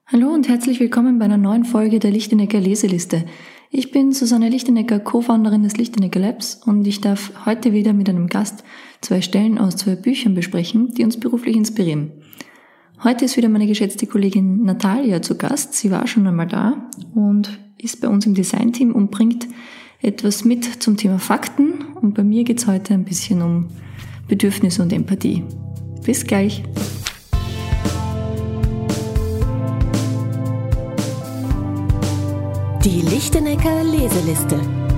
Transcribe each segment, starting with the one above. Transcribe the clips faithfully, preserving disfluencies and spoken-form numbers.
Hallo und herzlich willkommen bei einer neuen Folge der Lichtenecker Leseliste. Ich bin Susanne Lichtenecker, Co-Founderin des Lichtenecker Labs und ich darf heute wieder mit einem Gast zwei Stellen aus zwei Büchern besprechen, die uns beruflich inspirieren. Heute ist wieder meine geschätzte Kollegin Natalia zu Gast. Sie war schon einmal da und ist bei uns im Designteam und bringt etwas mit zum Thema Fakten. Und bei mir geht es heute ein bisschen um Bedürfnisse und Empathie. Bis gleich! Die Lichtenecker Leseliste.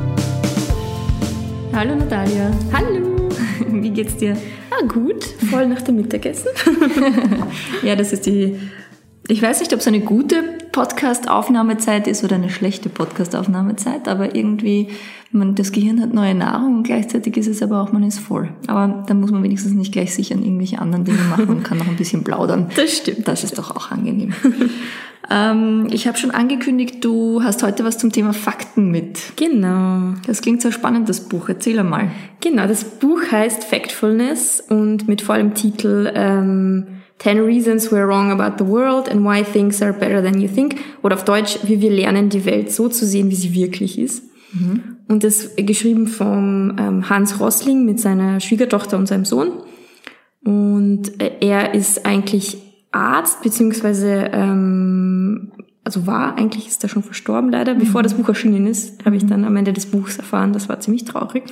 Hallo Natalia. Hallo. Wie geht's dir? Ah, gut. Voll nach dem Mittagessen. Ja, das ist die... Ich weiß nicht, ob es eine gute Podcast-Aufnahmezeit ist oder eine schlechte Podcast-Aufnahmezeit, aber irgendwie, man, das Gehirn hat neue Nahrung und gleichzeitig ist es aber auch, man ist voll. Aber dann muss man wenigstens nicht gleich sich an irgendwelche anderen Dinge machen und kann noch ein bisschen plaudern. Das stimmt. Das ist doch auch angenehm. ähm, ich habe schon angekündigt, du hast heute was zum Thema Fakten mit. Genau. Das klingt sehr spannend, das Buch. Erzähl einmal. Genau, das Buch heißt Factfulness und mit vollem Titel ähm, ten Reasons We're Wrong About the World and Why Things Are Better Than You Think. Oder auf Deutsch, wie wir lernen, die Welt so zu sehen, wie sie wirklich ist. Mhm. Und das ist geschrieben vom ähm, Hans Rosling mit seiner Schwiegertochter und seinem Sohn. Und äh, er ist eigentlich Arzt, beziehungsweise, ähm, also war, eigentlich ist er schon verstorben leider. Mhm. Bevor das Buch erschienen ist, habe ich dann am Ende des Buchs erfahren, das war ziemlich traurig.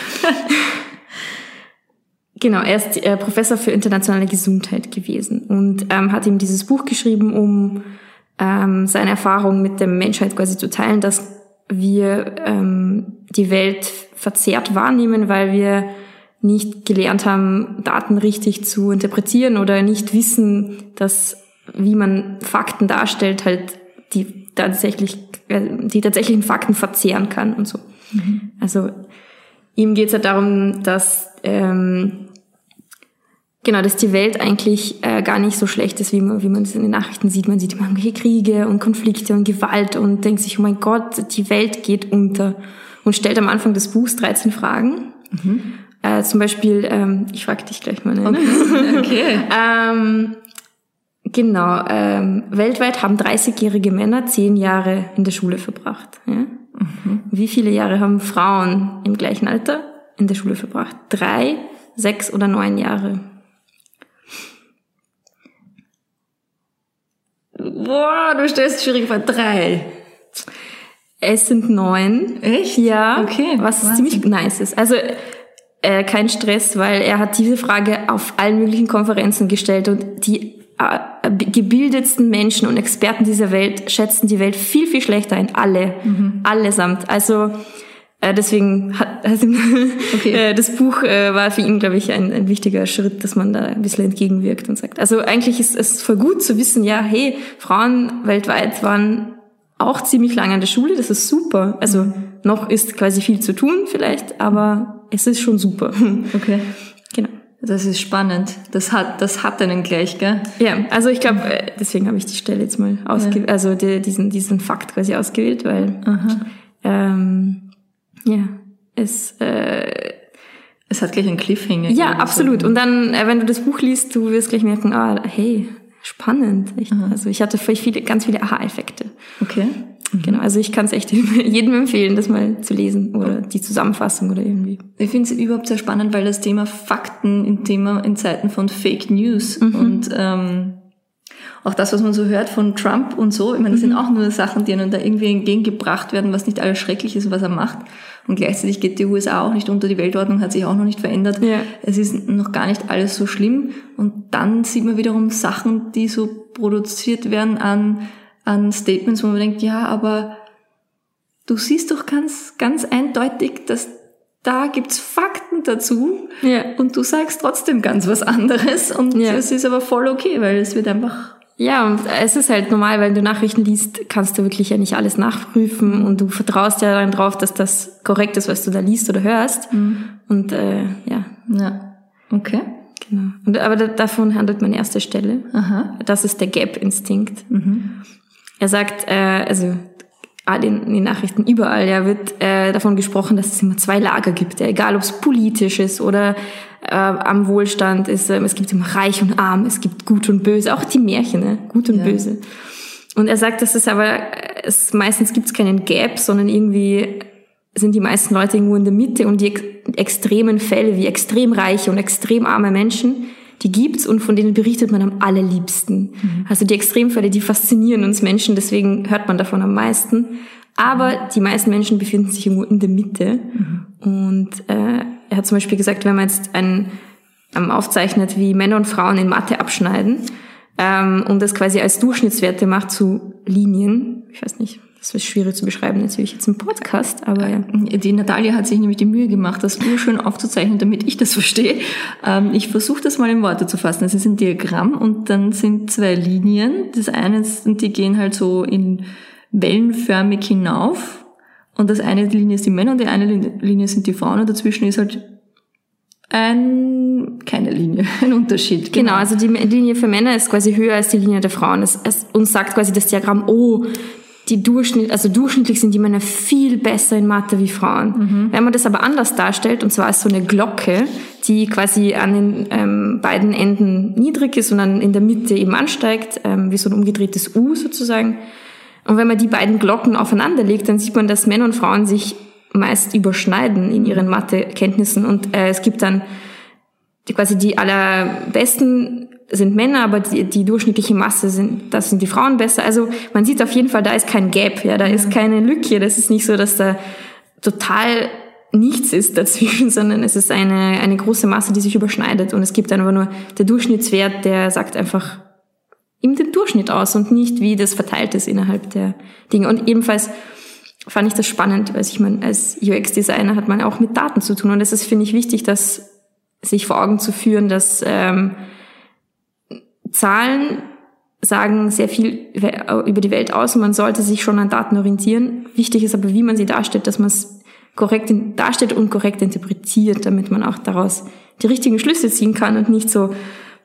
Genau, er ist äh, Professor für internationale Gesundheit gewesen und ähm, hat ihm dieses Buch geschrieben, um ähm, seine Erfahrung mit der Menschheit quasi zu teilen, dass wir ähm, die Welt verzerrt wahrnehmen, weil wir nicht gelernt haben, Daten richtig zu interpretieren oder nicht wissen, dass, wie man Fakten darstellt, halt die tatsächlich, äh, die tatsächlichen Fakten verzehren kann und so. Mhm. Also ihm geht es halt darum, dass ähm, genau, dass die Welt eigentlich äh, gar nicht so schlecht ist, wie man, wie man das in den Nachrichten sieht. Man sieht immer irgendwelche Kriege und Konflikte und Gewalt und denkt sich, oh mein Gott, die Welt geht unter. Und stellt am Anfang des Buchs dreizehn Fragen. Mhm. Äh, zum Beispiel, ähm, ich frage dich gleich mal. Ne? Okay. okay. ähm, genau, ähm, weltweit haben dreißigjährige Männer zehn Jahre in der Schule verbracht. Ja? Mhm. Wie viele Jahre haben Frauen im gleichen Alter in der Schule verbracht? Drei, sechs oder neun Jahre? Boah, du stellst schwierig vor drei. Es sind neun. Echt? Ja. Okay. Was Wahnsinn. Ziemlich nice ist. Also äh, kein Stress, weil er hat diese Frage auf allen möglichen Konferenzen gestellt und die äh, gebildetsten Menschen und Experten dieser Welt schätzen die Welt viel, viel schlechter ein. Alle. Mhm. Allesamt. Also äh, deswegen hat also, okay. äh, das Buch äh, war für ihn, glaube ich, ein, ein wichtiger Schritt, dass man da ein bisschen entgegenwirkt und sagt. Also eigentlich ist es voll gut zu wissen, ja, hey, Frauen weltweit waren auch ziemlich lange an der Schule, das ist super. Also mhm. noch ist quasi viel zu tun vielleicht, aber es ist schon super. Okay. Genau. Das ist spannend. Das hat, das hat einen gleich, gell? Ja, also ich glaube, deswegen habe ich die Stelle jetzt mal ausgewählt, ja. also die, diesen, diesen Fakt quasi ausgewählt, weil, Aha. ähm, ja, es, äh, es hat gleich einen Cliffhanger. Ja, absolut. So. Und dann, äh, wenn du das Buch liest, du wirst gleich merken, ah, hey, spannend. Echt. Also ich hatte viele, ganz viele Aha-Effekte. Okay. Genau, also ich kann es echt jedem empfehlen, das mal zu lesen oder die Zusammenfassung oder irgendwie. Ich finde es überhaupt sehr spannend, weil das Thema Fakten im Thema in Zeiten von Fake News mhm. und ähm, auch das, was man so hört von Trump und so, ich meine, das mhm. sind auch nur Sachen, die einem da irgendwie entgegengebracht werden, was nicht alles schrecklich ist, was er macht. Und gleichzeitig geht die U S A auch nicht unter, die Weltordnung hat sich auch noch nicht verändert. Ja. Es ist noch gar nicht alles so schlimm. Und dann sieht man wiederum Sachen, die so produziert werden an, an Statements, wo man denkt, ja, aber du siehst doch ganz, ganz eindeutig, dass da gibt's Fakten dazu. Ja. Und du sagst trotzdem ganz was anderes. Und ja. es ist aber voll okay, weil es wird einfach... Ja, und es ist halt normal, wenn du Nachrichten liest, kannst du wirklich ja nicht alles nachprüfen und du vertraust ja dann drauf, dass das korrekt ist, was du da liest oder hörst. Mhm. Und äh, ja. Ja, okay. Genau. Und, aber da, davon handelt meine erste Stelle. Aha. Das ist der Gap-Instinkt. Mhm. Er sagt, äh, also in den Nachrichten überall, ja, wird äh, davon gesprochen, dass es immer zwei Lager gibt, ja, egal ob es politisch ist oder äh, am Wohlstand ist. Äh, es gibt immer Reich und Arm, es gibt Gut und Böse, auch die Märchen, ne? Gut und ja. Böse. Und er sagt, dass es aber, es, meistens gibt es keinen Gap, sondern irgendwie sind die meisten Leute irgendwo in der Mitte und die ex- extremen Fälle wie extrem reiche und extrem arme Menschen, die gibt's und von denen berichtet man am allerliebsten. Mhm. Also die Extremfälle, die faszinieren uns Menschen, deswegen hört man davon am meisten. Aber die meisten Menschen befinden sich irgendwo in der Mitte. Mhm. Und äh, er hat zum Beispiel gesagt, wenn man jetzt ein, ähm, aufzeichnet, wie Männer und Frauen in Mathe abschneiden, ähm, und das quasi als Durchschnittswerte macht zu Linien, ich weiß nicht, das ist schwierig zu beschreiben, natürlich jetzt im Podcast, aber ja. Die Natalia hat sich nämlich die Mühe gemacht, das urschön aufzuzeichnen, damit ich das verstehe. Ähm, ich versuche das mal in Worte zu fassen. Es ist ein Diagramm und dann sind zwei Linien. Das eine ist, die gehen halt so in wellenförmig hinauf. Und das eine Linie ist die Männer und die eine Linie sind die Frauen und dazwischen ist halt ein, keine Linie, ein Unterschied. Genau, genau also die Linie für Männer ist quasi höher als die Linie der Frauen. Es, es uns sagt quasi das Diagramm, oh, die Durchschnitt, also durchschnittlich sind die Männer viel besser in Mathe wie Frauen. Mhm. Wenn man das aber anders darstellt, und zwar als so eine Glocke, die quasi an den ähm, beiden Enden niedrig ist und dann in der Mitte eben ansteigt, ähm, wie so ein umgedrehtes U sozusagen. Und wenn man die beiden Glocken aufeinander legt, dann sieht man, dass Männer und Frauen sich meist überschneiden in ihren Mathekenntnissen. Und äh, es gibt dann die, quasi die allerbesten sind Männer, aber die, die durchschnittliche Masse sind, das sind die Frauen besser. Also man sieht auf jeden Fall, da ist kein Gap, ja, da ist keine Lücke. Das ist nicht so, dass da total nichts ist dazwischen, sondern es ist eine eine große Masse, die sich überschneidet. Und es gibt dann aber nur der Durchschnittswert, der sagt einfach ihm den Durchschnitt aus und nicht, wie das verteilt ist innerhalb der Dinge. Und ebenfalls fand ich das spannend, weil ich meine, als U X-Designer hat man auch mit Daten zu tun. Und es ist, finde ich, wichtig, dass sich vor Augen zu führen, dass ähm, Zahlen sagen sehr viel über die Welt aus und man sollte sich schon an Daten orientieren. Wichtig ist aber, wie man sie darstellt, dass man es korrekt darstellt und korrekt interpretiert, damit man auch daraus die richtigen Schlüsse ziehen kann und nicht so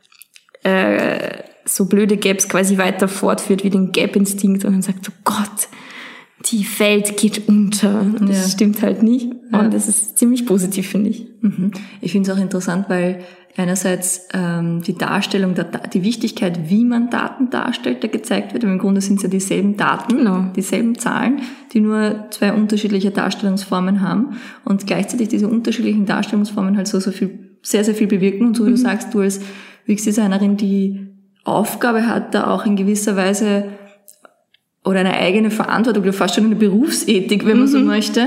äh, so blöde Gaps quasi weiter fortführt wie den Gap-Instinkt und dann sagt, oh Gott, die Welt geht unter. Und das ja. stimmt halt nicht. Ja. Und das ist ziemlich positiv, finde ich. Mhm. Ich finde es auch interessant, weil einerseits ähm, die Darstellung, der, die Wichtigkeit, wie man Daten darstellt, da gezeigt wird. Aber im Grunde sind es ja dieselben Daten, genau. dieselben Zahlen, die nur zwei unterschiedliche Darstellungsformen haben. Und gleichzeitig diese unterschiedlichen Darstellungsformen halt so, so viel, sehr, sehr viel bewirken. Und so wie mhm. du sagst, du als U X-Designerin die Aufgabe hat, da auch in gewisser Weise oder eine eigene Verantwortung oder fast schon eine Berufsethik, wenn man mhm. so möchte,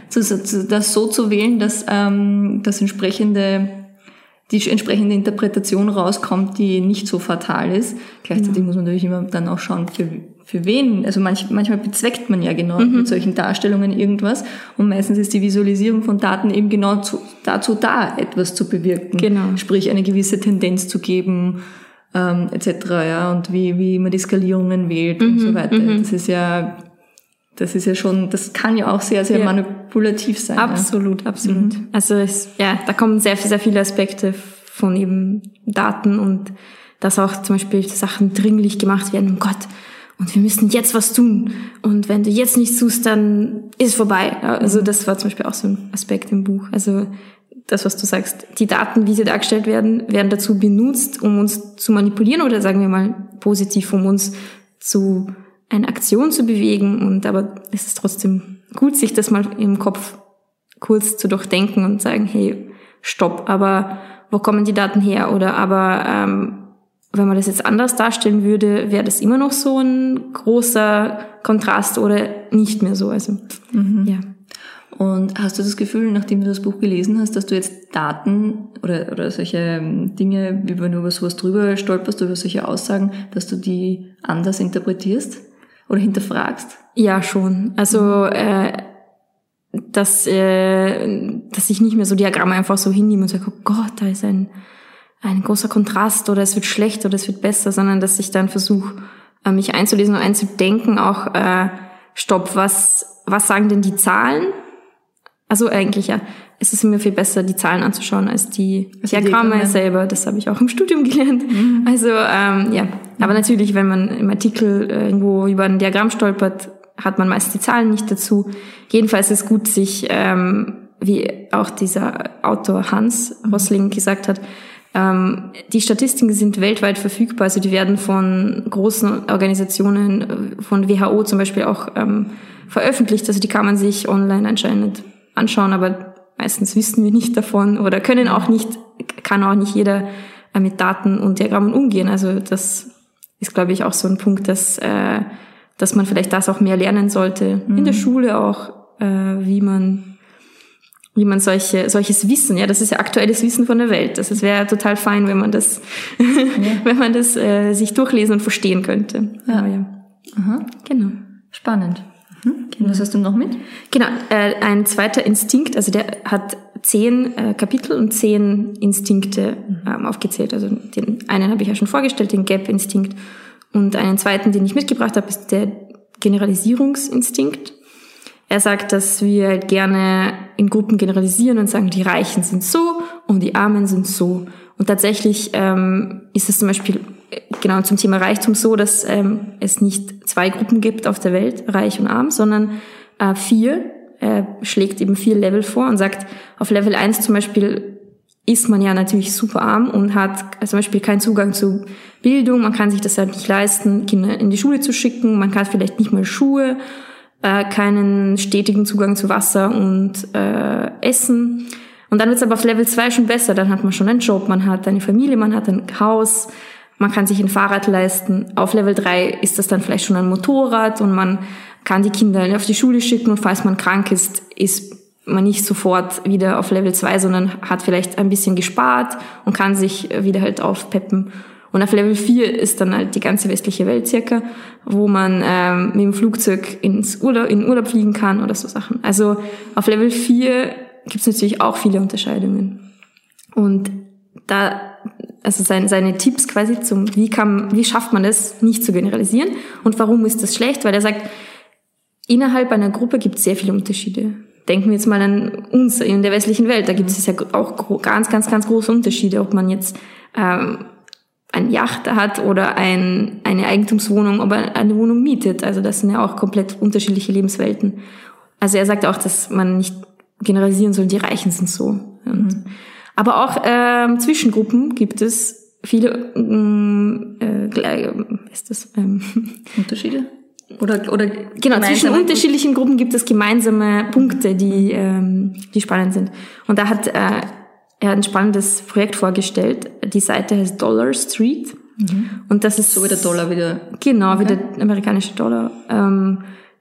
das so zu wählen, dass ähm, das entsprechende die entsprechende Interpretation rauskommt, die nicht so fatal ist. Gleichzeitig ja. muss man natürlich immer dann auch schauen, für, für wen. Also manch, manchmal bezweckt man ja genau mhm. mit solchen Darstellungen irgendwas und meistens ist die Visualisierung von Daten eben genau zu, dazu da, etwas zu bewirken. Genau. Sprich, eine gewisse Tendenz zu geben, ähm, et cetera. Ja, und wie, wie man die Skalierungen wählt mhm. und so weiter. Mhm. Das ist ja... Das ist ja schon, das kann ja auch sehr, sehr ja. manipulativ sein. Absolut, ja. absolut. Mhm. Also es, ja, da kommen sehr, sehr viele Aspekte von eben Daten und dass auch zum Beispiel Sachen dringlich gemacht werden. Oh Gott, und wir müssen jetzt was tun. Und wenn du jetzt nichts tust, dann ist vorbei. Also das war zum Beispiel auch so ein Aspekt im Buch. Also das, was du sagst, die Daten, wie sie dargestellt werden, werden dazu benutzt, um uns zu manipulieren oder sagen wir mal positiv, um uns zu eine Aktion zu bewegen, und aber es ist trotzdem gut, sich das mal im Kopf kurz zu durchdenken und sagen, hey, stopp, aber wo kommen die Daten her? Oder aber ähm, wenn man das jetzt anders darstellen würde, wäre das immer noch so ein großer Kontrast oder nicht mehr so. Also mhm. ja. Und hast du das Gefühl, nachdem du das Buch gelesen hast, dass du jetzt Daten oder oder solche Dinge, wie wenn du über sowas drüber stolperst, über solche Aussagen, dass du die anders interpretierst? Oder hinterfragst? Ja, schon. Also, äh, dass, äh, dass ich nicht mehr so Diagramme einfach so hinnehme und sage, oh Gott, da ist ein, ein großer Kontrast oder es wird schlecht oder es wird besser, sondern dass ich dann versuche, äh, mich einzulesen und einzudenken, auch, äh, stopp, was, was sagen denn die Zahlen? Also eigentlich, ja, es ist mir viel besser, die Zahlen anzuschauen, als die also Diagramme, Diagramme selber. Das habe ich auch im Studium gelernt. Mhm. Also, ähm, ja. Aber natürlich, wenn man im Artikel irgendwo über ein Diagramm stolpert, hat man meist die Zahlen nicht dazu. Jedenfalls ist es gut, sich, ähm, wie auch dieser Autor Hans Rosling gesagt hat, Ähm, die Statistiken sind weltweit verfügbar, also die werden von großen Organisationen, von W H O zum Beispiel auch ähm, veröffentlicht, also die kann man sich online anscheinend anschauen, aber meistens wissen wir nicht davon oder können auch nicht, kann auch nicht jeder äh, mit Daten und Diagrammen umgehen. Also das ist, glaube ich, auch so ein Punkt, dass, äh, dass man vielleicht das auch mehr lernen sollte, mhm. in der Schule auch, äh, wie man wie man solche solches Wissen, ja, das ist ja aktuelles Wissen von der Welt. Das wäre total fein, wenn man das, ja. wenn man das äh, sich durchlesen und verstehen könnte. Ja. Aber ja. Aha. Genau. Spannend. Mhm. Genau. Was hast du noch mit? Genau, äh, ein zweiter Instinkt, also der hat zehn äh, Kapitel und zehn Instinkte ähm, aufgezählt. Also den einen habe ich ja schon vorgestellt, den Gap-Instinkt. Und einen zweiten, den ich mitgebracht habe, ist der Generalisierungsinstinkt. Er sagt, dass wir halt gerne in Gruppen generalisieren und sagen, die Reichen sind so und die Armen sind so. Und tatsächlich ähm, ist es zum Beispiel genau zum Thema Reichtum so, dass ähm, es nicht zwei Gruppen gibt auf der Welt, reich und arm, sondern äh, vier. Er schlägt eben vier Level vor und sagt, auf Level eins zum Beispiel ist man ja natürlich super arm und hat zum Beispiel keinen Zugang zu Bildung, man kann sich das halt nicht leisten, Kinder in die Schule zu schicken, man kann vielleicht nicht mal Schuhe, Äh, keinen stetigen Zugang zu Wasser und äh, Essen. Und dann wird es aber auf Level zwei schon besser. Dann hat man schon einen Job, man hat eine Familie, man hat ein Haus, man kann sich ein Fahrrad leisten. Auf Level drei ist das dann vielleicht schon ein Motorrad und man kann die Kinder auf die Schule schicken und falls man krank ist, ist man nicht sofort wieder auf Level zwei, sondern hat vielleicht ein bisschen gespart und kann sich wieder halt aufpeppen. Und auf Level vier ist dann halt die ganze westliche Welt circa, wo man ähm, mit dem Flugzeug ins Urlaub, in Urlaub fliegen kann oder so Sachen. Also auf Level vier gibt es natürlich auch viele Unterscheidungen. Und da, also seine, seine Tipps quasi zum, wie kann, wie schafft man das, nicht zu generalisieren und warum ist das schlecht? Weil er sagt, innerhalb einer Gruppe gibt es sehr viele Unterschiede. Denken wir jetzt mal an uns in der westlichen Welt, da gibt es ja auch ganz, ganz, ganz große Unterschiede, ob man jetzt ähm, ein Yacht hat oder ein, eine Eigentumswohnung, ob er eine Wohnung mietet. Also das sind ja auch komplett unterschiedliche Lebenswelten. Also er sagt auch, dass man nicht generalisieren soll, die Reichen sind so. Und, mhm. Aber auch ähm, Zwischengruppen gibt es viele ähm, äh, ist das, ähm, Unterschiede? Oder, oder genau, zwischen unterschiedlichen Gruppen gibt es gemeinsame Punkte, die, ähm, die spannend sind. Und da hat äh, er hat ein spannendes Projekt vorgestellt. Die Seite heißt Dollar Street. Mhm. Und das ist so wie der Dollar wieder. Genau, okay. wie der amerikanische Dollar. Ähm,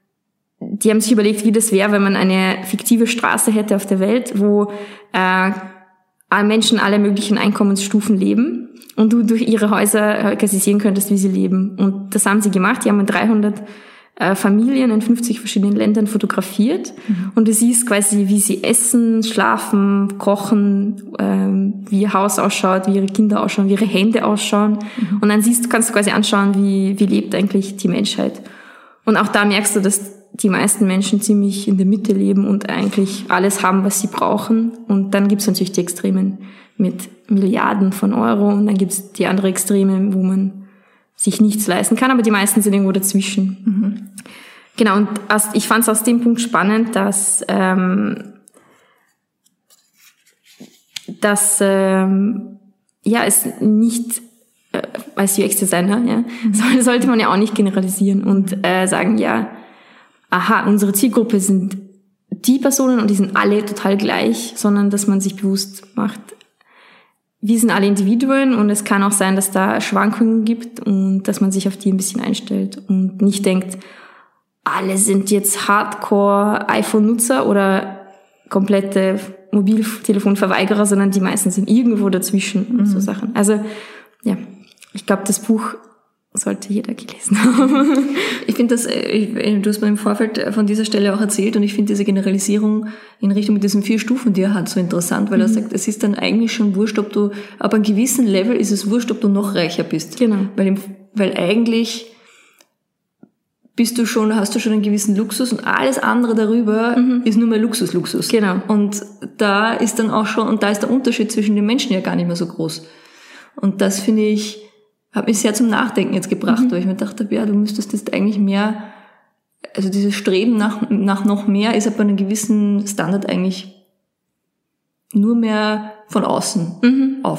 die haben sich überlegt, wie das wäre, wenn man eine fiktive Straße hätte auf der Welt, wo äh, alle Menschen alle möglichen Einkommensstufen leben und du durch ihre Häuser quasi sehen könntest, wie sie leben. Und das haben sie gemacht. Die haben dreihundert äh, Familien in fünfzig verschiedenen Ländern fotografiert. Mhm. Und du siehst quasi, wie sie essen, schlafen, kochen, ähm, wie ihr Haus ausschaut, wie ihre Kinder ausschauen, wie ihre Hände ausschauen. Mhm. Und dann siehst, kannst du quasi anschauen, wie, wie lebt eigentlich die Menschheit. Und auch da merkst du, dass die meisten Menschen ziemlich in der Mitte leben und eigentlich alles haben, was sie brauchen. Und dann gibt's natürlich die Extremen mit Milliarden von Euro und dann gibt's die andere Extreme, wo man sich nichts leisten kann, aber die meisten sind irgendwo dazwischen. Mhm. Genau, und aus, ich fand es aus dem Punkt spannend, dass, ähm, dass ähm, ja, es nicht, äh, als U X-Designer, ja, mhm. sollte man ja auch nicht generalisieren und äh, sagen, ja, aha, unsere Zielgruppe sind die Personen und die sind alle total gleich, sondern dass man sich bewusst macht, wir sind alle Individuen und es kann auch sein, dass da Schwankungen gibt und dass man sich auf die ein bisschen einstellt und nicht denkt, alle sind jetzt Hardcore-iPhone-Nutzer oder komplette Mobiltelefonverweigerer, sondern die meisten sind irgendwo dazwischen und mhm. so Sachen. Also ja, ich glaube, das Buch sollte jeder gelesen haben. Ich finde das, du hast mir im Vorfeld von dieser Stelle auch erzählt und ich finde diese Generalisierung in Richtung mit diesen vier Stufen, die er hat, so interessant, weil mhm. er sagt, es ist dann eigentlich schon wurscht, ob du, ab einem gewissen Level ist es wurscht, ob du noch reicher bist. Genau. Weil, weil eigentlich bist du schon, hast du schon einen gewissen Luxus und alles andere darüber mhm. ist nur mehr Luxus, Luxus. Genau. Und da ist dann auch schon, und da ist der Unterschied zwischen den Menschen ja gar nicht mehr so groß. Und das finde ich, hat mich sehr zum Nachdenken jetzt gebracht, mhm. weil ich mir dachte, ja, du müsstest jetzt eigentlich mehr, also dieses Streben nach, nach noch mehr ist ab einem gewissen Standard eigentlich nur mehr von außen mhm. auf,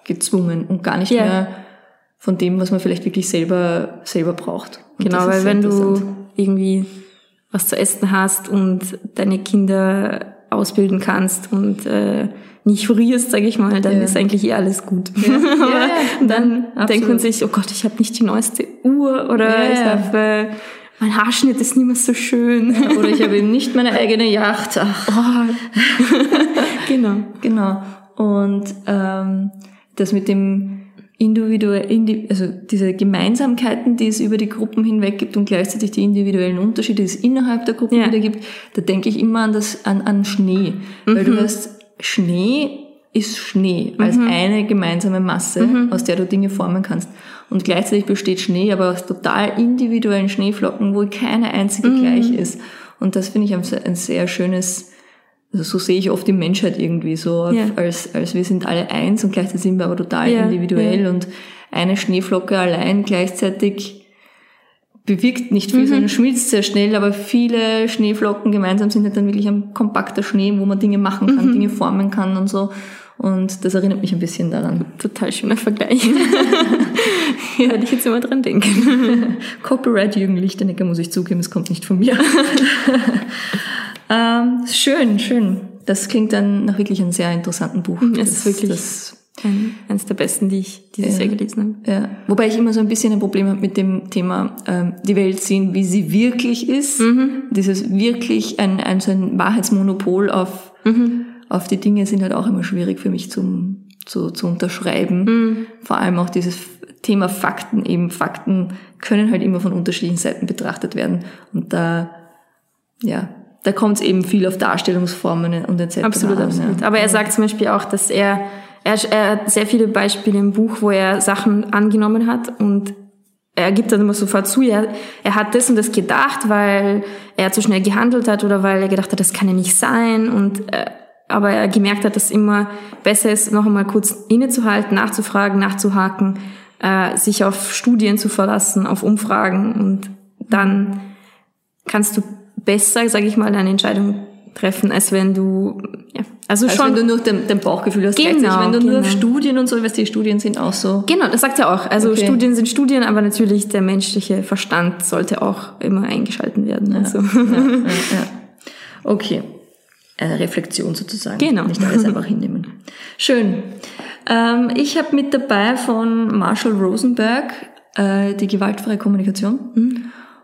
gezwungen und gar nicht ja. mehr von dem, was man vielleicht wirklich selber selber braucht. Und genau, weil wenn du irgendwie was zu essen hast und deine Kinder ausbilden kannst und äh, nicht frierst, sage ich mal, dann ja. ist eigentlich eh alles gut. Ja. Aber ja, ja. dann Absolut. denkt man sich, oh Gott, ich habe nicht die neueste Uhr oder ja, ich ja. habe äh, mein Haarschnitt ist nicht mehr so schön. Ja, oder ich habe eben nicht meine eigene Yacht. Ach. Oh. genau. Genau. Und ähm, das mit dem individuell, also diese Gemeinsamkeiten, die es über die Gruppen hinweg gibt und gleichzeitig die individuellen Unterschiede, die es innerhalb der Gruppen ja. wieder gibt, da denke ich immer an das, an, an Schnee. Mhm. Weil du hast, Schnee ist Schnee als mhm. eine gemeinsame Masse, mhm. aus der du Dinge formen kannst. Und gleichzeitig besteht Schnee aber aus total individuellen Schneeflocken, wo keine einzige mhm. gleich ist. Und das finde ich ein, ein sehr schönes, also so sehe ich oft die Menschheit irgendwie so, ja. als, als wir sind alle eins und gleichzeitig sind wir aber total ja. individuell ja. und eine Schneeflocke allein gleichzeitig bewirkt nicht viel, mhm. sondern schmilzt sehr schnell, aber viele Schneeflocken gemeinsam sind halt dann wirklich ein kompakter Schnee, wo man Dinge machen kann, mhm. Dinge formen kann und so. Und das erinnert mich ein bisschen daran. Total schöner Vergleich. Ja, hätte ich jetzt immer dran denken. Copyright Jürgen Lichtenegger, muss ich zugeben, es kommt nicht von mir. ähm, schön, schön. Das klingt dann nach wirklich einem sehr interessanten Buch. Es das, ist wirklich das, ein, eines der besten, die ich dieses ja, Jahr gelesen habe. Ja. Wobei ich immer so ein bisschen ein Problem habe mit dem Thema, ähm, die Welt sehen, wie sie wirklich ist. Mhm. Dieses wirklich ein, ein, so ein Wahrheitsmonopol auf, mhm. auf die Dinge sind halt auch immer schwierig für mich zum, zu, zu unterschreiben. Mhm. Vor allem auch dieses Thema Fakten eben. Fakten können halt immer von unterschiedlichen Seiten betrachtet werden. Und da, ja, da kommt es eben viel auf Darstellungsformen und et cetera. Absolut, an, absolut. Ja. Aber er sagt zum Beispiel auch, dass er, er, er hat sehr viele Beispiele im Buch, wo er Sachen angenommen hat und er gibt dann immer sofort zu, er, er hat das und das gedacht, weil er zu schnell gehandelt hat oder weil er gedacht hat, das kann ja nicht sein und äh, aber er gemerkt hat, dass es immer besser ist, noch einmal kurz innezuhalten, nachzufragen, nachzuhaken, äh, sich auf Studien zu verlassen, auf Umfragen und dann kannst du besser, sage ich mal, eine Entscheidung treffen, als wenn du, ja, also als schon. wenn du nur dein, dein Bauchgefühl hast. Genau, wenn du genau. nur auf Studien und so, weißt du, die Studien sind auch so. Genau, das sagt er auch. Also okay. Studien sind Studien, aber natürlich der menschliche Verstand sollte auch immer eingeschalten werden. Ja, also. ja, ja, ja. Okay. Eine Reflexion sozusagen. Genau. Nicht alles einfach hinnehmen. Schön. Ähm, ich habe mit dabei von Marshall Rosenberg äh, die gewaltfreie Kommunikation. Mhm.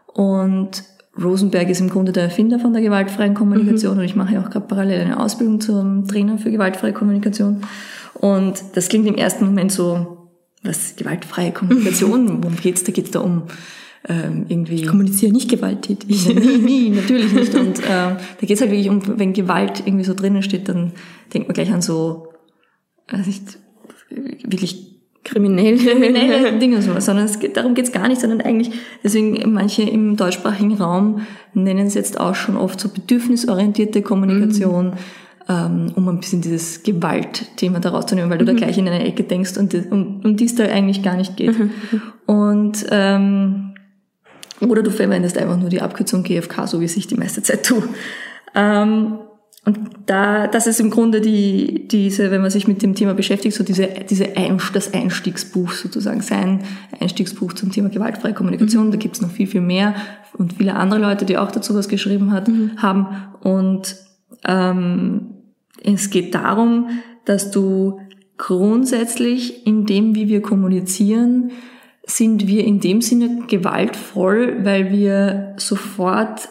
Und Rosenberg ist im Grunde der Erfinder von der gewaltfreien Kommunikation mhm. und ich mache ja auch gerade parallel eine Ausbildung zum Trainer für gewaltfreie Kommunikation. Und das klingt im ersten Moment so, was, gewaltfreie Kommunikation, worum geht's? Da geht's da um ähm, irgendwie... Ich kommuniziere nicht gewalttätig. Nie, nie, natürlich nicht. Und äh, da geht's halt wirklich um, wenn Gewalt irgendwie so drinnen steht, dann denkt man gleich an so, also nicht wirklich kriminelle, kriminelle Dinge, so, sondern es geht, darum geht's gar nicht, sondern eigentlich, deswegen manche im deutschsprachigen Raum nennen es jetzt auch schon oft so bedürfnisorientierte Kommunikation, mhm. ähm, um ein bisschen dieses Gewaltthema da rauszunehmen, weil du mhm. da gleich in eine Ecke denkst und um, um die es da eigentlich gar nicht geht. Mhm. Und ähm, oder du verwendest einfach nur die Abkürzung G F K, so wie es ich die meiste Zeit tue. Ähm, Und da, das ist im Grunde die, diese, wenn man sich mit dem Thema beschäftigt, so diese, diese Ein, das Einstiegsbuch sozusagen, sein Einstiegsbuch zum Thema gewaltfreie Kommunikation. Mhm. Da gibt's noch viel, viel mehr und viele andere Leute, die auch dazu was geschrieben hat, mhm. haben. Und ähm, es geht darum, dass du grundsätzlich in dem, wie wir kommunizieren, sind wir in dem Sinne gewaltvoll, weil wir sofort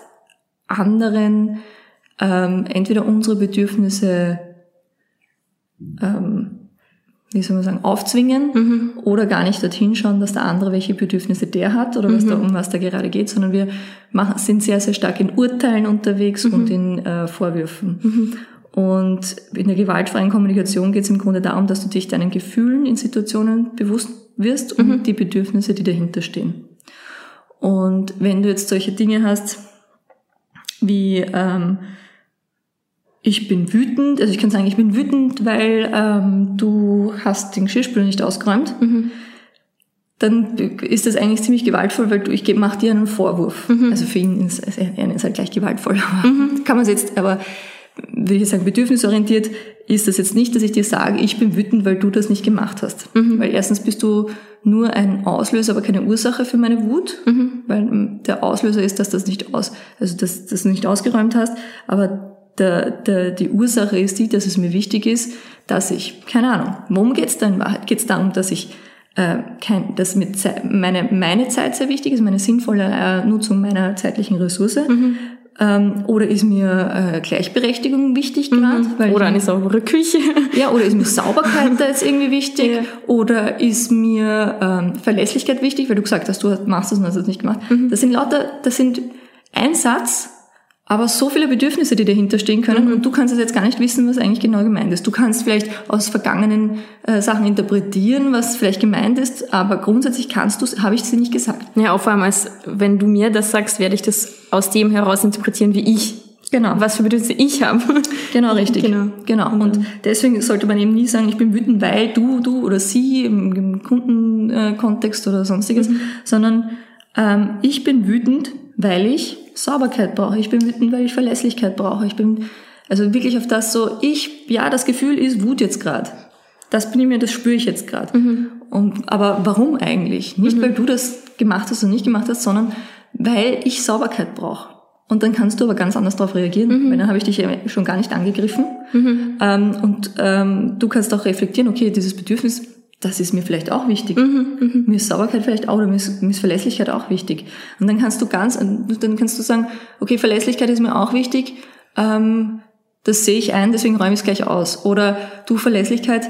anderen Ähm, entweder unsere Bedürfnisse, ähm, wie soll man sagen, aufzwingen mhm. oder gar nicht dorthin schauen, dass der andere, welche Bedürfnisse der hat oder was mhm. da, um was da gerade geht, sondern wir machen, sind sehr, sehr stark in Urteilen unterwegs mhm. und in äh, Vorwürfen. Mhm. Und in der gewaltfreien Kommunikation geht es im Grunde darum, dass du dich deinen Gefühlen in Situationen bewusst wirst und mhm. die Bedürfnisse, die dahinter stehen. Und wenn du jetzt solche Dinge hast, wie ähm, ich bin wütend, also ich kann sagen, ich bin wütend, weil ähm, du hast den Geschirrspüler nicht ausgeräumt, mhm. dann ist das eigentlich ziemlich gewaltvoll, weil du, ich mache dir einen Vorwurf. Mhm. Also für ihn ist er ist halt gleich gewaltvoll. Mhm. Kann man es jetzt, aber würde ich sagen, bedürfnisorientiert ist das jetzt nicht, dass ich dir sage, ich bin wütend, weil du das nicht gemacht hast. Mhm. Weil erstens bist du nur ein Auslöser, aber keine Ursache für meine Wut, mhm. weil der Auslöser ist, dass das nicht aus, also dass das nicht ausgeräumt hast, aber der, der, die Ursache ist die, dass es mir wichtig ist, dass ich, keine Ahnung, worum geht's da in Wahrheit? Geht's darum, dass ich äh, kein, dass mit Zeit, meine meine Zeit sehr wichtig ist, meine sinnvolle äh, Nutzung meiner zeitlichen Ressource. Mhm. Ähm, oder ist mir äh, Gleichberechtigung wichtig gerade? Mhm. Oder eine saubere Küche. Ja, oder ist mir Sauberkeit da jetzt irgendwie wichtig? Ja. Oder ist mir ähm, Verlässlichkeit wichtig, weil du gesagt hast, du machst das und hast das nicht gemacht. Mhm. Das sind lauter, das sind ein Satz, aber so viele Bedürfnisse, die dahinter stehen können, mhm. und du kannst jetzt gar nicht wissen, was eigentlich genau gemeint ist. Du kannst vielleicht aus vergangenen äh, Sachen interpretieren, was vielleicht gemeint ist, aber grundsätzlich kannst du, habe ich es dir nicht gesagt. Ja, auch vor allem, als wenn du mir das sagst, werde ich das aus dem heraus interpretieren, wie ich, genau, was für Bedürfnisse ich habe. Genau, richtig. Genau. genau. Und deswegen sollte man eben nie sagen, ich bin wütend, weil du, du oder sie im, im Kundenkontext oder sonstiges, mhm. sondern ähm, ich bin wütend, weil ich Sauberkeit brauche. Ich bin wütend, weil ich Verlässlichkeit brauche. Ich bin also wirklich auf das so, ich, ja, das Gefühl ist Wut jetzt gerade. Das bin ich mir, das spüre ich jetzt gerade. Mhm. Und aber warum eigentlich? Nicht, mhm. weil du das gemacht hast oder nicht gemacht hast, sondern weil ich Sauberkeit brauche. Und dann kannst du aber ganz anders darauf reagieren, mhm. weil dann habe ich dich ja schon gar nicht angegriffen. Mhm. Ähm, und ähm, du kannst auch reflektieren, okay, dieses Bedürfnis, das ist mir vielleicht auch wichtig. Mhm, mir ist Sauberkeit vielleicht auch, oder mir ist, mir ist Verlässlichkeit auch wichtig. Und dann kannst du ganz, dann kannst du sagen, okay, Verlässlichkeit ist mir auch wichtig, ähm, das sehe ich ein, deswegen räume ich es gleich aus. Oder du, Verlässlichkeit,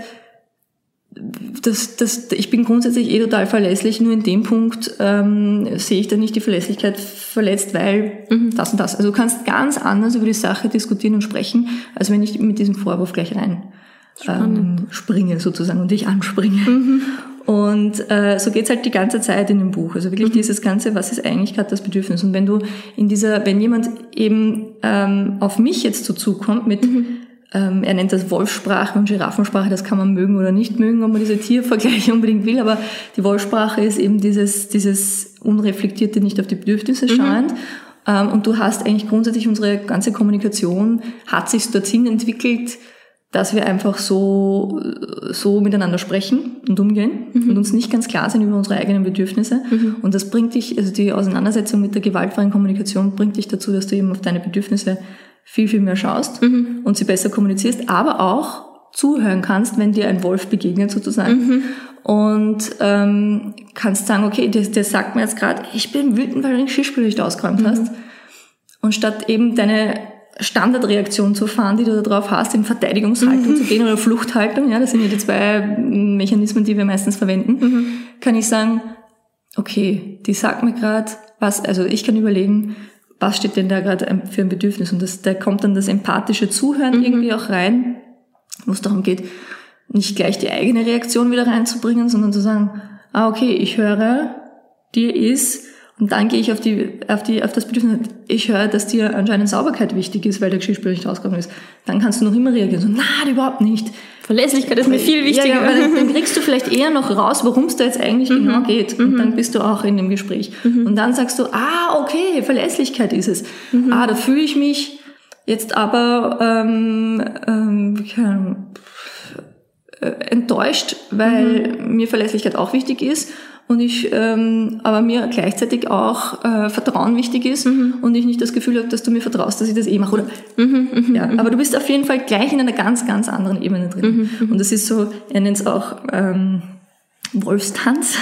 das, das, ich bin grundsätzlich eh total verlässlich, nur in dem Punkt ähm, sehe ich dann nicht die Verlässlichkeit verletzt, weil mhm. das und das. Also du kannst ganz anders über die Sache diskutieren und sprechen, als wenn ich mit diesem Vorwurf gleich rein Ähm, springe sozusagen und dich anspringe. Mhm. Und äh, so geht's halt die ganze Zeit in dem Buch. Also wirklich mhm. dieses Ganze, was ist eigentlich gerade das Bedürfnis? Und wenn du in dieser, wenn jemand eben ähm, auf mich jetzt so zukommt mit, mhm. ähm, er nennt das Wolfssprache und Giraffensprache, das kann man mögen oder nicht mögen, ob man diese Tiervergleiche unbedingt will, aber die Wolfssprache ist eben dieses, dieses unreflektierte, nicht auf die Bedürfnisse schauend. Mhm. Ähm, und du hast eigentlich grundsätzlich, unsere ganze Kommunikation hat sich dorthin entwickelt, dass wir einfach so so miteinander sprechen und umgehen mhm. und uns nicht ganz klar sind über unsere eigenen Bedürfnisse. Mhm. Und das bringt dich, also die Auseinandersetzung mit der gewaltfreien Kommunikation bringt dich dazu, dass du eben auf deine Bedürfnisse viel, viel mehr schaust mhm. und sie besser kommunizierst, aber auch zuhören kannst, wenn dir ein Wolf begegnet sozusagen. Mhm. Und ähm, kannst sagen, okay, der, der sagt mir jetzt gerade, ich bin wütend, weil du den Geschirrspüler nicht ausgeräumt mhm. hast. Und statt eben deine Standardreaktion zu fahren, die du darauf hast, in Verteidigungshaltung mhm. zu gehen oder Fluchthaltung, ja, das sind ja die zwei Mechanismen, die wir meistens verwenden, mhm. kann ich sagen, okay, die sagt mir gerade, was, also ich kann überlegen, was steht denn da gerade für ein Bedürfnis, und das, da kommt dann das empathische Zuhören mhm. irgendwie auch rein, wo es darum geht, nicht gleich die eigene Reaktion wieder reinzubringen, sondern zu sagen, ah, okay, ich höre, dir ist. Und dann gehe ich auf die, auf die, auf das Bedürfnis, ich höre, dass dir anscheinend Sauberkeit wichtig ist, weil der Geschirrspüler nicht rausgekommen ist. Dann kannst du noch immer reagieren, so, na, überhaupt nicht. Verlässlichkeit ist mir viel wichtiger. Ja, ja, weil dann, dann kriegst du vielleicht eher noch raus, worum es da jetzt eigentlich mhm. genau geht. Und mhm. dann bist du auch in dem Gespräch. Mhm. Und dann sagst du, ah, okay, Verlässlichkeit ist es. Mhm. Ah, da fühle ich mich jetzt aber, ähm, ähm, keine, äh, enttäuscht, weil mhm. mir Verlässlichkeit auch wichtig ist. Und ich, ähm, aber mir gleichzeitig auch äh, Vertrauen wichtig ist mhm. und ich nicht das Gefühl habe, dass du mir vertraust, dass ich das eh mache. Oder, mhm, mh, ja, aber du bist auf jeden Fall gleich in einer ganz, ganz anderen Ebene drin. Mhm, und das ist so, er nennt es auch ähm, Wolfstanz.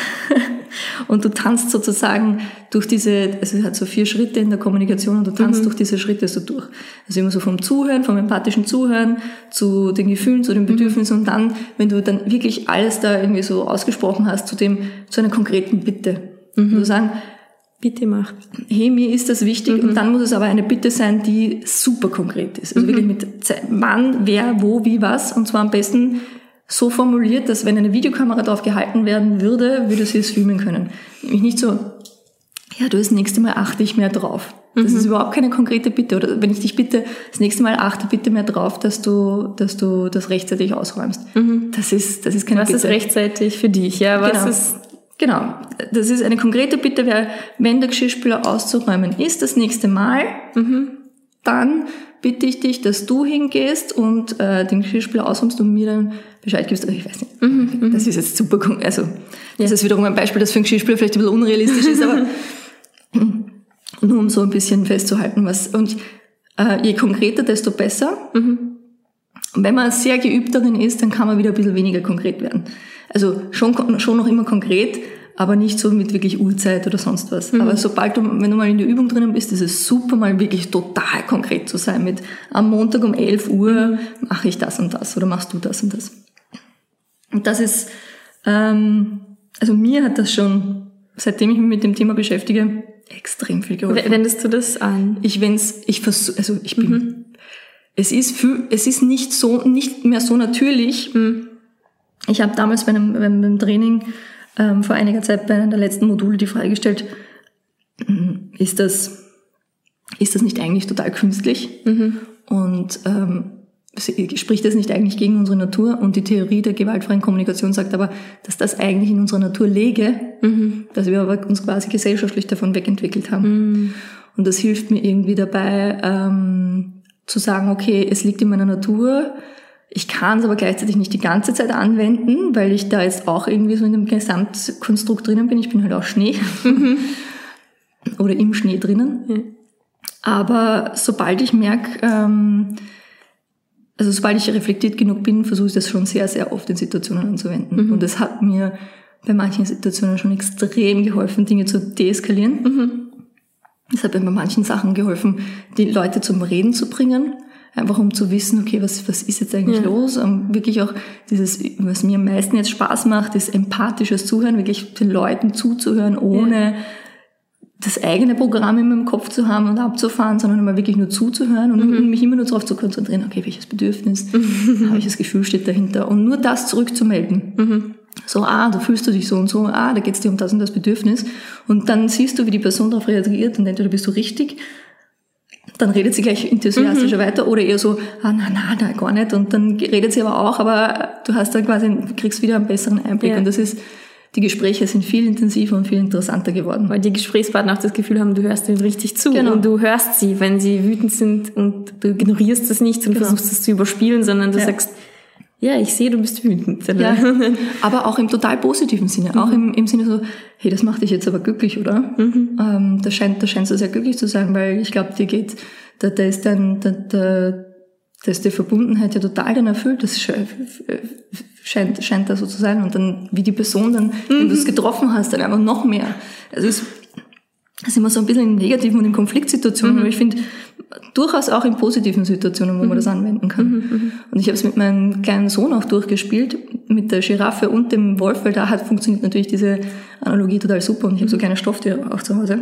Und du tanzt sozusagen durch diese, also es hat so vier Schritte in der Kommunikation und du tanzt mhm. durch diese Schritte so durch. Also immer so vom Zuhören, vom empathischen Zuhören zu den Gefühlen, zu den Bedürfnissen mhm. und dann, wenn du dann wirklich alles da irgendwie so ausgesprochen hast, zu dem, zu einer konkreten Bitte. Mhm. Du sagen, Bitte mach. Hey, mir ist das wichtig mhm. und dann muss es aber eine Bitte sein, die super konkret ist. Also mhm. wirklich mit wann, wer, wo, wie, was, und zwar am besten so formuliert, dass wenn eine Videokamera drauf gehalten werden würde, würde sie es filmen können. Nämlich nicht so, ja, du, das nächste Mal achte ich mehr drauf. Das mhm. ist überhaupt keine konkrete Bitte. Oder wenn ich dich bitte, das nächste Mal achte bitte mehr drauf, dass du, dass du das rechtzeitig ausräumst. Mhm. Das ist, das ist keine Was Bitte. Was ist rechtzeitig für dich? Ja, was genau. ist, genau. Das ist eine konkrete Bitte, wäre, wenn der Geschirrspüler auszuräumen ist, das nächste Mal, mhm. dann bitte ich dich, dass du hingehst und äh, den Geschirrspüler ausräumst und mir dann Bescheid gibst. Also ich weiß nicht, mhm, das ist jetzt super, also das ja. ist wiederum ein Beispiel, das für einen Geschirrspüler vielleicht ein bisschen unrealistisch ist, aber nur um so ein bisschen festzuhalten, was, und äh, je konkreter, desto besser. Mhm. Und wenn man sehr geübt darin ist, dann kann man wieder ein bisschen weniger konkret werden. Also schon, schon noch immer konkret, aber nicht so mit wirklich Uhrzeit oder sonst was. Mhm. Aber sobald du, wenn du mal in der Übung drinnen bist, ist es super, mal wirklich total konkret zu sein mit, am Montag um elf Uhr mache ich das und das oder machst du das und das. Und das ist, ähm, also mir hat das schon, seitdem ich mich mit dem Thema beschäftige, extrem viel geholfen. Wendest du das an? Ich wenn's, ich versuch, also ich bin, mhm. es ist für, es ist nicht so, nicht mehr so natürlich. Mhm. Ich habe damals bei einem, bei einem Training ähm, vor einiger Zeit bei einer der letzten Module die Frage gestellt, ist das, ist das nicht eigentlich total künstlich? Mhm. Und ähm, spricht das nicht eigentlich gegen unsere Natur? Und die Theorie der gewaltfreien Kommunikation sagt aber, dass das eigentlich in unserer Natur läge, mhm. dass wir aber uns quasi gesellschaftlich davon wegentwickelt haben. Mhm. Und das hilft mir irgendwie dabei, ähm, zu sagen, okay, es liegt in meiner Natur, ich kann es aber gleichzeitig nicht die ganze Zeit anwenden, weil ich da jetzt auch irgendwie so in dem Gesamtkonstrukt drinnen bin. Ich bin halt auch Schnee mhm. oder im Schnee drinnen. Mhm. Aber sobald ich merke, ähm, also sobald ich reflektiert genug bin, versuche ich das schon sehr, sehr oft in Situationen anzuwenden. Mhm. Und das hat mir bei manchen Situationen schon extrem geholfen, Dinge zu deeskalieren. Mhm. Das hat mir bei manchen Sachen geholfen, die Leute zum Reden zu bringen. Einfach um zu wissen, okay, was, was ist jetzt eigentlich ja. los? Um wirklich auch dieses, was mir am meisten jetzt Spaß macht, ist empathisches Zuhören, wirklich den Leuten zuzuhören, ohne ja. das eigene Programm in meinem Kopf zu haben und abzufahren, sondern immer wirklich nur zuzuhören und mhm. mich immer nur darauf zu konzentrieren, okay, welches Bedürfnis, mhm. welches Gefühl steht dahinter und nur das zurückzumelden. Mhm. So, ah, da fühlst du dich so und so, ah, da geht es dir um das und das Bedürfnis. Und dann siehst du, wie die Person darauf reagiert und entweder bist du richtig, dann redet sie gleich enthusiastischer mhm. weiter oder eher so, ah, na, na, na, gar nicht. Und dann redet sie aber auch, aber du hast dann quasi, kriegst wieder einen besseren Einblick. Ja. Und das ist, die Gespräche sind viel intensiver und viel interessanter geworden. Weil die Gesprächspartner auch das Gefühl haben, du hörst ihnen richtig zu. Genau. Und du hörst sie, wenn sie wütend sind und du ignorierst das nicht und genau. versuchst es zu überspielen, sondern du ja. sagst, ja, ich sehe, du bist wütend. Ja, aber auch im total positiven Sinne. Mhm. Auch im, im Sinne so, hey, das macht dich jetzt aber glücklich, oder? Mhm. Ähm, da scheint, da scheinst du sehr glücklich zu sein, weil ich glaube, dir geht, da, da ist dein, da, da, da ist die Verbundenheit ja total dann erfüllt. Das scheint, scheint da so zu sein. Und dann, wie die Person dann, mhm. wenn du es getroffen hast, dann einfach noch mehr. Also es ist immer so ein bisschen in negativen und in Konfliktsituationen, mhm. aber ich finde, durchaus auch in positiven Situationen, wo mhm. man das anwenden kann. Mhm. Und ich habe es mit meinem kleinen Sohn auch durchgespielt, mit der Giraffe und dem Wolf, weil da hat funktioniert natürlich diese Analogie total super und ich habe so kleine Stofftiere auch zu Hause.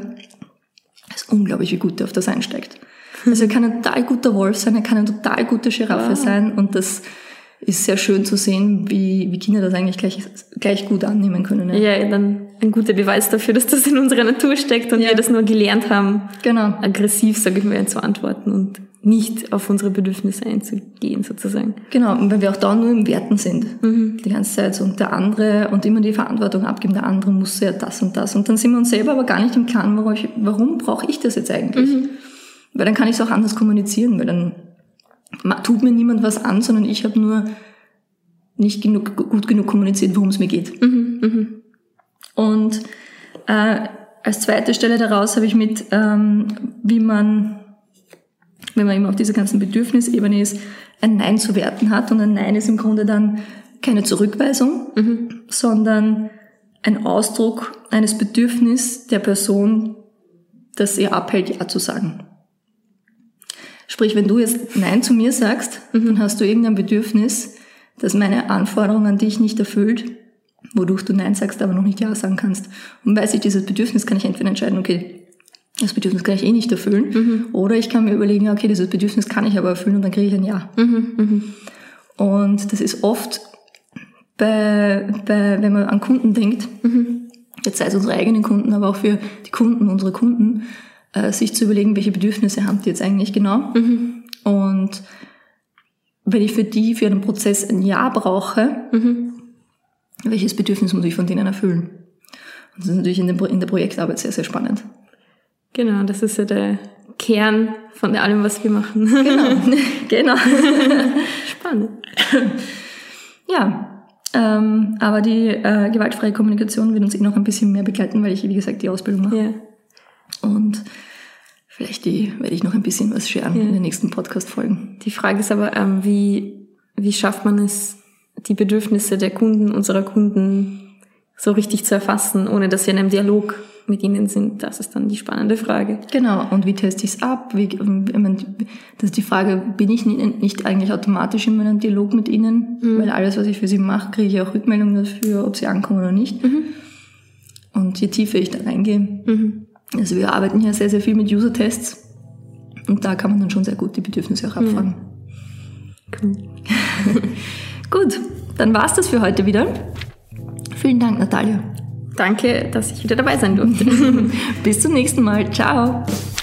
Es ist unglaublich, wie gut der auf das einsteigt. Also er kann ein total guter Wolf sein, er kann eine total gute Giraffe wow. sein und das ist sehr schön zu sehen, wie, wie Kinder das eigentlich gleich, gleich gut annehmen können. Ja, ja, dann ein guter Beweis dafür, dass das in unserer Natur steckt und ja. wir das nur gelernt haben, genau. aggressiv, sage ich mal, zu antworten und nicht auf unsere Bedürfnisse einzugehen, sozusagen. Genau, und wenn wir auch da nur im Werten sind, mhm. die ganze Zeit so, und der andere und immer die Verantwortung abgeben, der andere muss ja das und das. Und dann sind wir uns selber aber gar nicht im Klaren, warum, ich, warum brauche ich das jetzt eigentlich? Mhm. Weil dann kann ich es auch anders kommunizieren, weil dann tut mir niemand was an, sondern ich habe nur nicht genug, gut genug kommuniziert, worum es mir geht. Mhm, mh. Und äh, als zweite Stelle daraus habe ich mit, ähm, wie man, wenn man eben auf dieser ganzen Bedürfnisebene ist, ein Nein zu werten hat. Und ein Nein ist im Grunde dann keine Zurückweisung, mhm. sondern ein Ausdruck eines Bedürfnisses der Person, das ihr abhält, Ja zu sagen. Sprich, wenn du jetzt Nein zu mir sagst, mhm. dann hast du irgendein Bedürfnis, das meine Anforderungen an dich nicht erfüllt, wodurch du Nein sagst, aber noch nicht Ja sagen kannst. Und weiß ich, dieses Bedürfnis kann ich entweder entscheiden, okay, das Bedürfnis kann ich eh nicht erfüllen, mhm. oder ich kann mir überlegen, okay, dieses Bedürfnis kann ich aber erfüllen und dann kriege ich ein Ja. Mhm. Mhm. Und das ist oft, bei, bei, wenn man an Kunden denkt, mhm. jetzt sei es unsere eigenen Kunden, aber auch für die Kunden, unsere Kunden, sich zu überlegen, welche Bedürfnisse haben die jetzt eigentlich genau. Mhm. Und wenn ich für die, für einen Prozess ein Ja brauche, mhm. welches Bedürfnis muss ich von denen erfüllen? Und das ist natürlich in, dem, in der Projektarbeit sehr, sehr spannend. Genau, das ist ja der Kern von allem, was wir machen. Genau, genau. Spannend. Ja, ähm, aber die äh, gewaltfreie Kommunikation wird uns eh noch ein bisschen mehr begleiten, weil ich, wie gesagt, die Ausbildung mache. Ja. Und vielleicht die, werde ich noch ein bisschen was scheren ja. in den nächsten Podcast-Folgen. Die Frage ist aber, ähm, wie, wie schafft man es, die Bedürfnisse der Kunden, unserer Kunden so richtig zu erfassen, ohne dass wir in einem Dialog mit ihnen sind? Das ist dann die spannende Frage. Genau. Und wie teste ich es ab? Wie, ich meine, das ist die Frage, bin ich nicht, nicht eigentlich automatisch in meinem Dialog mit ihnen? Mhm. Weil alles, was ich für sie mache, kriege ich auch Rückmeldungen dafür, ob sie ankommen oder nicht. Mhm. Und je tiefer ich da reingehe, mhm. also wir arbeiten hier sehr, sehr viel mit User-Tests. Und da kann man dann schon sehr gut die Bedürfnisse auch abfragen. Mhm. Cool. Gut, dann war's das für heute wieder. Vielen Dank, Natalia. Danke, dass ich wieder dabei sein durfte. Bis zum nächsten Mal. Ciao.